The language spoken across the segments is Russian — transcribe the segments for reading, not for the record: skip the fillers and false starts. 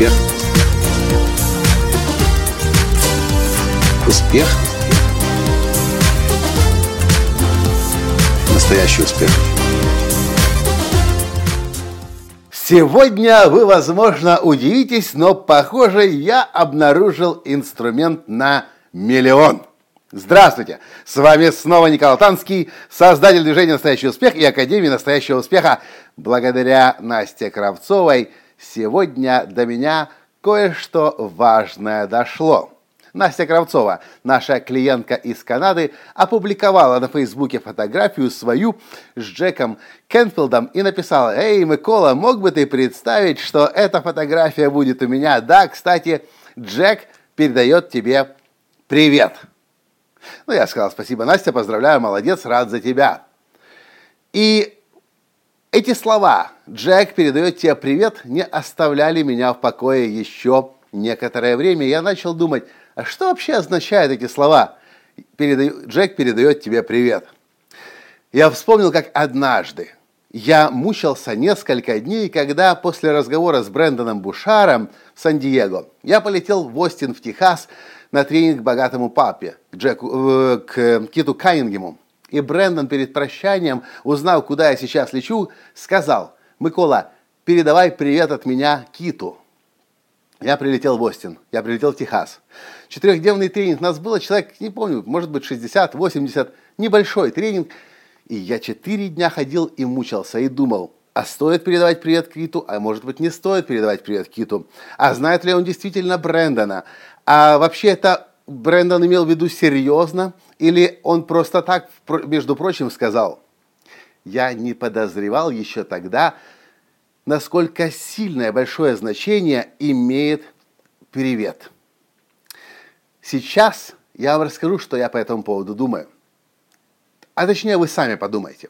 Успех. Успех. Настоящий успех. Сегодня вы, возможно, удивитесь, но, похоже, я обнаружил инструмент на миллион. Здравствуйте! С вами снова Николай Танский, создатель движения «Настоящий успех» и Академии настоящего успеха. Благодаря Насте Кравцовой сегодня до меня кое-что важное дошло. Настя Кравцова, наша клиентка из Канады, опубликовала на Фейсбуке фотографию свою с Джеком Кенфилдом и написала: «Эй, Микола, мог бы ты представить, что эта фотография будет у меня? Да, кстати, Джек передает тебе привет». Ну, я сказал: спасибо, Настя, поздравляю, молодец, рад за тебя. И эти слова «Джек передает тебе привет» не оставляли меня в покое еще некоторое время. Я начал думать, а что вообще означают эти слова «Джек передает тебе привет»? Я вспомнил, как однажды я мучился несколько дней, когда после разговора с Брэндоном Бушаром в Сан-Диего я полетел в Остин, в Техас, на тренинг к богатому папе, к Киту Каннингему. И Брэндон перед прощанием, узнав, куда я сейчас лечу, сказал: «Микола, передавай привет от меня Киту». Я прилетел в Остин, я прилетел в Техас. 4-дневный тренинг, нас было человек, не помню, может быть 60-80, небольшой тренинг. И я 4 дня ходил и мучился, и думал, а стоит передавать привет Киту, а может быть не стоит передавать привет Киту. А знает ли он действительно Брэндона? А вообще это Брэндон имел в виду серьезно? Или он просто так, между прочим, сказал? Я не подозревал еще тогда, насколько сильное, большое значение имеет привет. Сейчас я вам расскажу, что я по этому поводу думаю. А точнее, вы сами подумайте.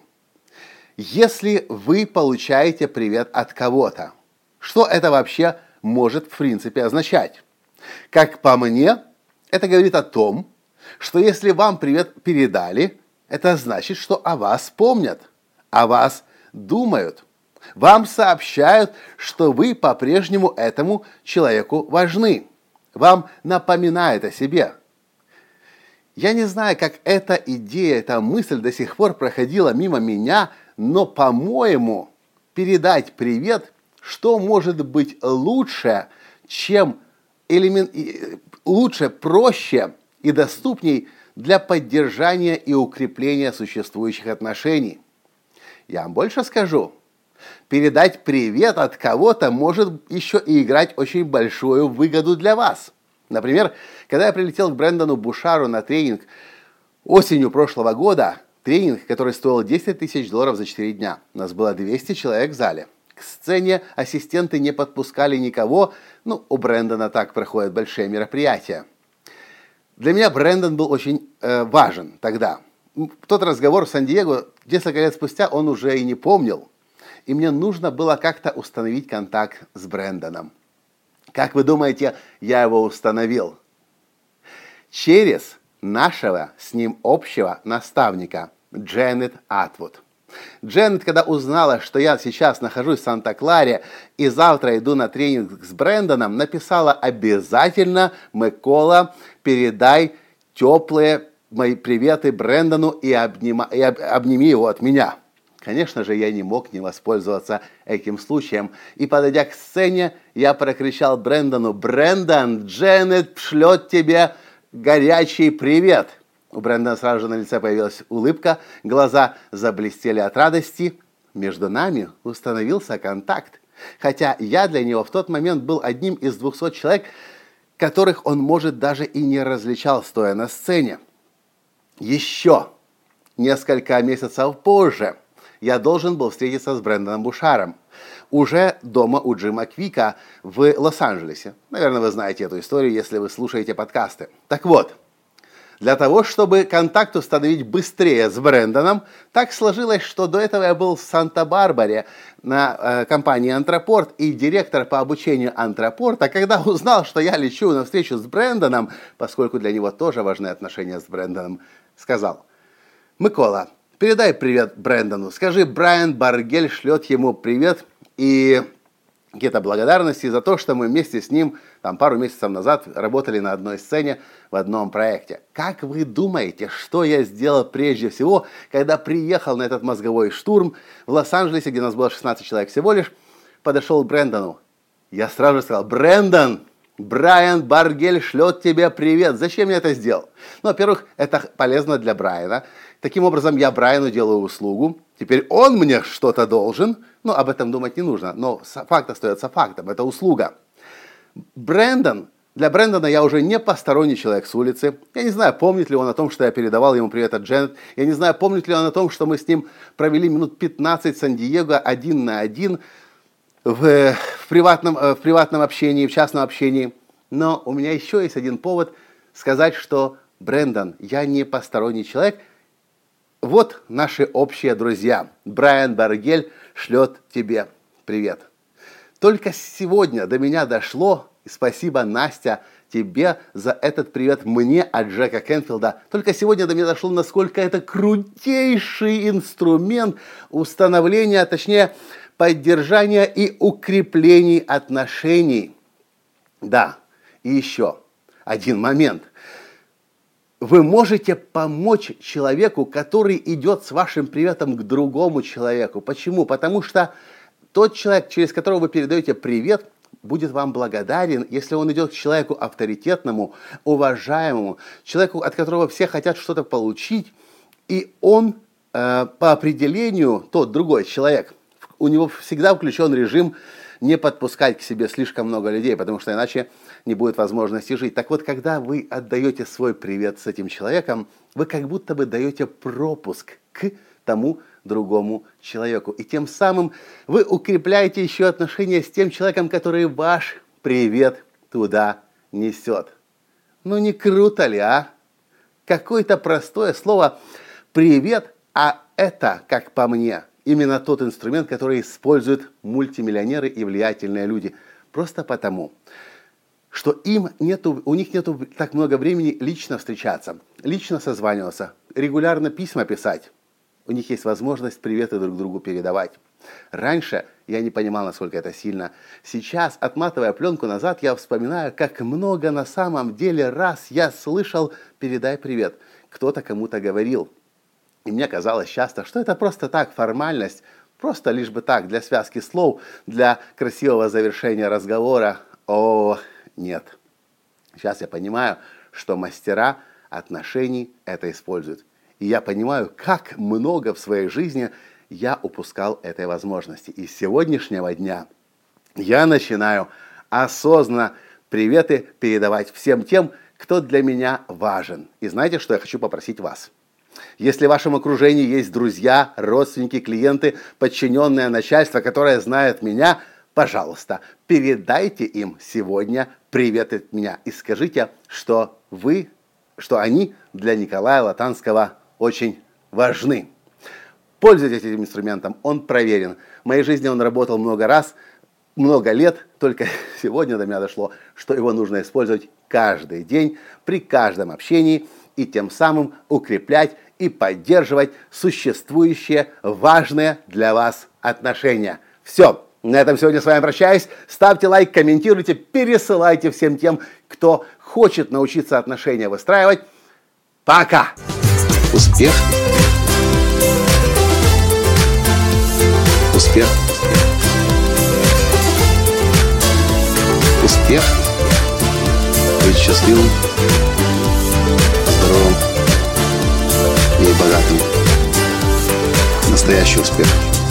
Если вы получаете привет от кого-то, что это вообще может в принципе означать? Как по мне, это говорит о том, что если вам привет передали, это значит, что о вас помнят, о вас думают. Вам сообщают, что вы по-прежнему этому человеку важны. Вам напоминают о себе. Я не знаю, как эта идея, эта мысль до сих пор проходила мимо меня, но, по-моему, передать привет, что может быть лучше, чем лучше, проще и доступней для поддержания и укрепления существующих отношений. Я вам больше скажу. Передать привет от кого-то может еще и играть очень большую выгоду для вас. Например, когда я прилетел к Брэндону Бушару на тренинг осенью прошлого года, тренинг, который стоил $10 тысяч за 4 дня. У нас было 200 человек в зале. К сцене ассистенты не подпускали никого. У Брэндона так проходят большие мероприятия. Для меня Брэндон был очень важен тогда. Тот разговор в Сан-Диего несколько лет спустя он уже и не помнил. И мне нужно было как-то установить контакт с Брэндоном. Как вы думаете, я его установил? Через нашего с ним общего наставника Дженнет Атвуд. Дженнет, когда узнала, что я сейчас нахожусь в Санта-Кларе и завтра иду на тренинг с Брэндоном, написала: обязательно, Микола, передай теплые мои приветы Брэндону и обними его от меня. Конечно же, я не мог не воспользоваться этим случаем. И, подойдя к сцене, я прокричал Брэндону: «Брэндон, Дженнет шлет тебе горячий привет!» У Брэндона сразу же на лице появилась улыбка, глаза заблестели от радости. Между нами установился контакт. Хотя я для него в тот момент был одним из 200 человек, которых он, может, даже и не различал, стоя на сцене. Еще несколько месяцев позже я должен был встретиться с Брэндоном Бушаром. Уже дома у Джима Квика в Лос-Анджелесе. Наверное, вы знаете эту историю, если вы слушаете подкасты. Так вот, для того, чтобы контакт установить быстрее с Брэндоном, так сложилось, что до этого я был в Санта-Барбаре на компании «Антропорт», и директор по обучению «Антропорта», когда узнал, что я лечу на встречу с Брэндоном, поскольку для него тоже важны отношения с Брэндоном, сказал: «Микола, передай привет Брэндону. Скажи, Брайан Баргель шлет ему привет, и какие-то благодарности за то, что мы вместе с ним пару месяцев назад работали на одной сцене в одном проекте. Как вы думаете, что я сделал прежде всего, когда приехал на этот мозговой штурм в Лос-Анджелесе, где нас было 16 человек всего лишь, подошел к Брэндону. Я сразу же сказал: Брэндон, Брайан Баргель шлет тебе привет. Зачем я это сделал? Ну, во-первых, это полезно для Брайана. Таким образом, я Брайану делаю услугу. Теперь он мне что-то должен. Ну, об этом думать не нужно. Но факт остается фактом. Это услуга. Для Брэндона я уже не посторонний человек с улицы. Я не знаю, помнит ли он о том, что я передавал ему привет от Дженнет. Я не знаю, помнит ли он о том, что мы с ним провели минут 15 в Сан-Диего 1 на 1 в приватном общении, в частном общении. Но у меня еще есть один повод сказать, что Брэндон, я не посторонний человек. Вот наши общие друзья. Брайан Баргель шлет тебе привет. Только сегодня до меня дошло, и спасибо, Настя, тебе за этот привет мне от Джека Кенфилда. Только сегодня до меня дошло, насколько это крутейший инструмент установления, точнее, поддержания и укрепления отношений. Да, и еще один момент. Вы можете помочь человеку, который идет с вашим приветом к другому человеку. Почему? Потому что тот человек, через которого вы передаете привет, будет вам благодарен, если он идет к человеку авторитетному, уважаемому, человеку, от которого все хотят что-то получить, и он по определению, тот другой человек, у него всегда включен режим не подпускать к себе слишком много людей, потому что иначе не будет возможности жить. Так вот, когда вы отдаете свой привет с этим человеком, вы как будто бы даете пропуск к тому другому человеку. И тем самым вы укрепляете еще отношения с тем человеком, который ваш привет туда несет. Ну не круто ли, а? Какое-то простое слово «привет», а это, как по мне, именно тот инструмент, который используют мультимиллионеры и влиятельные люди. Просто потому, что у них нету так много времени лично встречаться, лично созваниваться, регулярно письма писать. У них есть возможность приветы друг другу передавать. Раньше я не понимал, насколько это сильно. Сейчас, отматывая пленку назад, я вспоминаю, как много на самом деле раз я слышал «передай привет». Кто-то кому-то говорил. И мне казалось часто, что это просто так, формальность, просто лишь бы так, для связки слов, для красивого завершения разговора. О, нет. Сейчас я понимаю, что мастера отношений это используют. И я понимаю, как много в своей жизни я упускал этой возможности. И с сегодняшнего дня я начинаю осознанно приветы передавать всем тем, кто для меня важен. И знаете, что я хочу попросить вас? Если в вашем окружении есть друзья, родственники, клиенты, подчиненное начальство, которое знает меня, пожалуйста, передайте им сегодня привет от меня и скажите, что они для Николая Латанского очень важны. Пользуйтесь этим инструментом, он проверен. В моей жизни он работал много раз, много лет, только сегодня до меня дошло, что его нужно использовать каждый день, при каждом общении, и тем самым укреплять и поддерживать существующие важные для вас отношения. Все, на этом сегодня с вами прощаюсь. Ставьте лайк, комментируйте, пересылайте всем тем, кто хочет научиться отношения выстраивать. Пока! Успех! Успех! Успех! Быть счастливым, здоровым и богатым. Настоящий успех.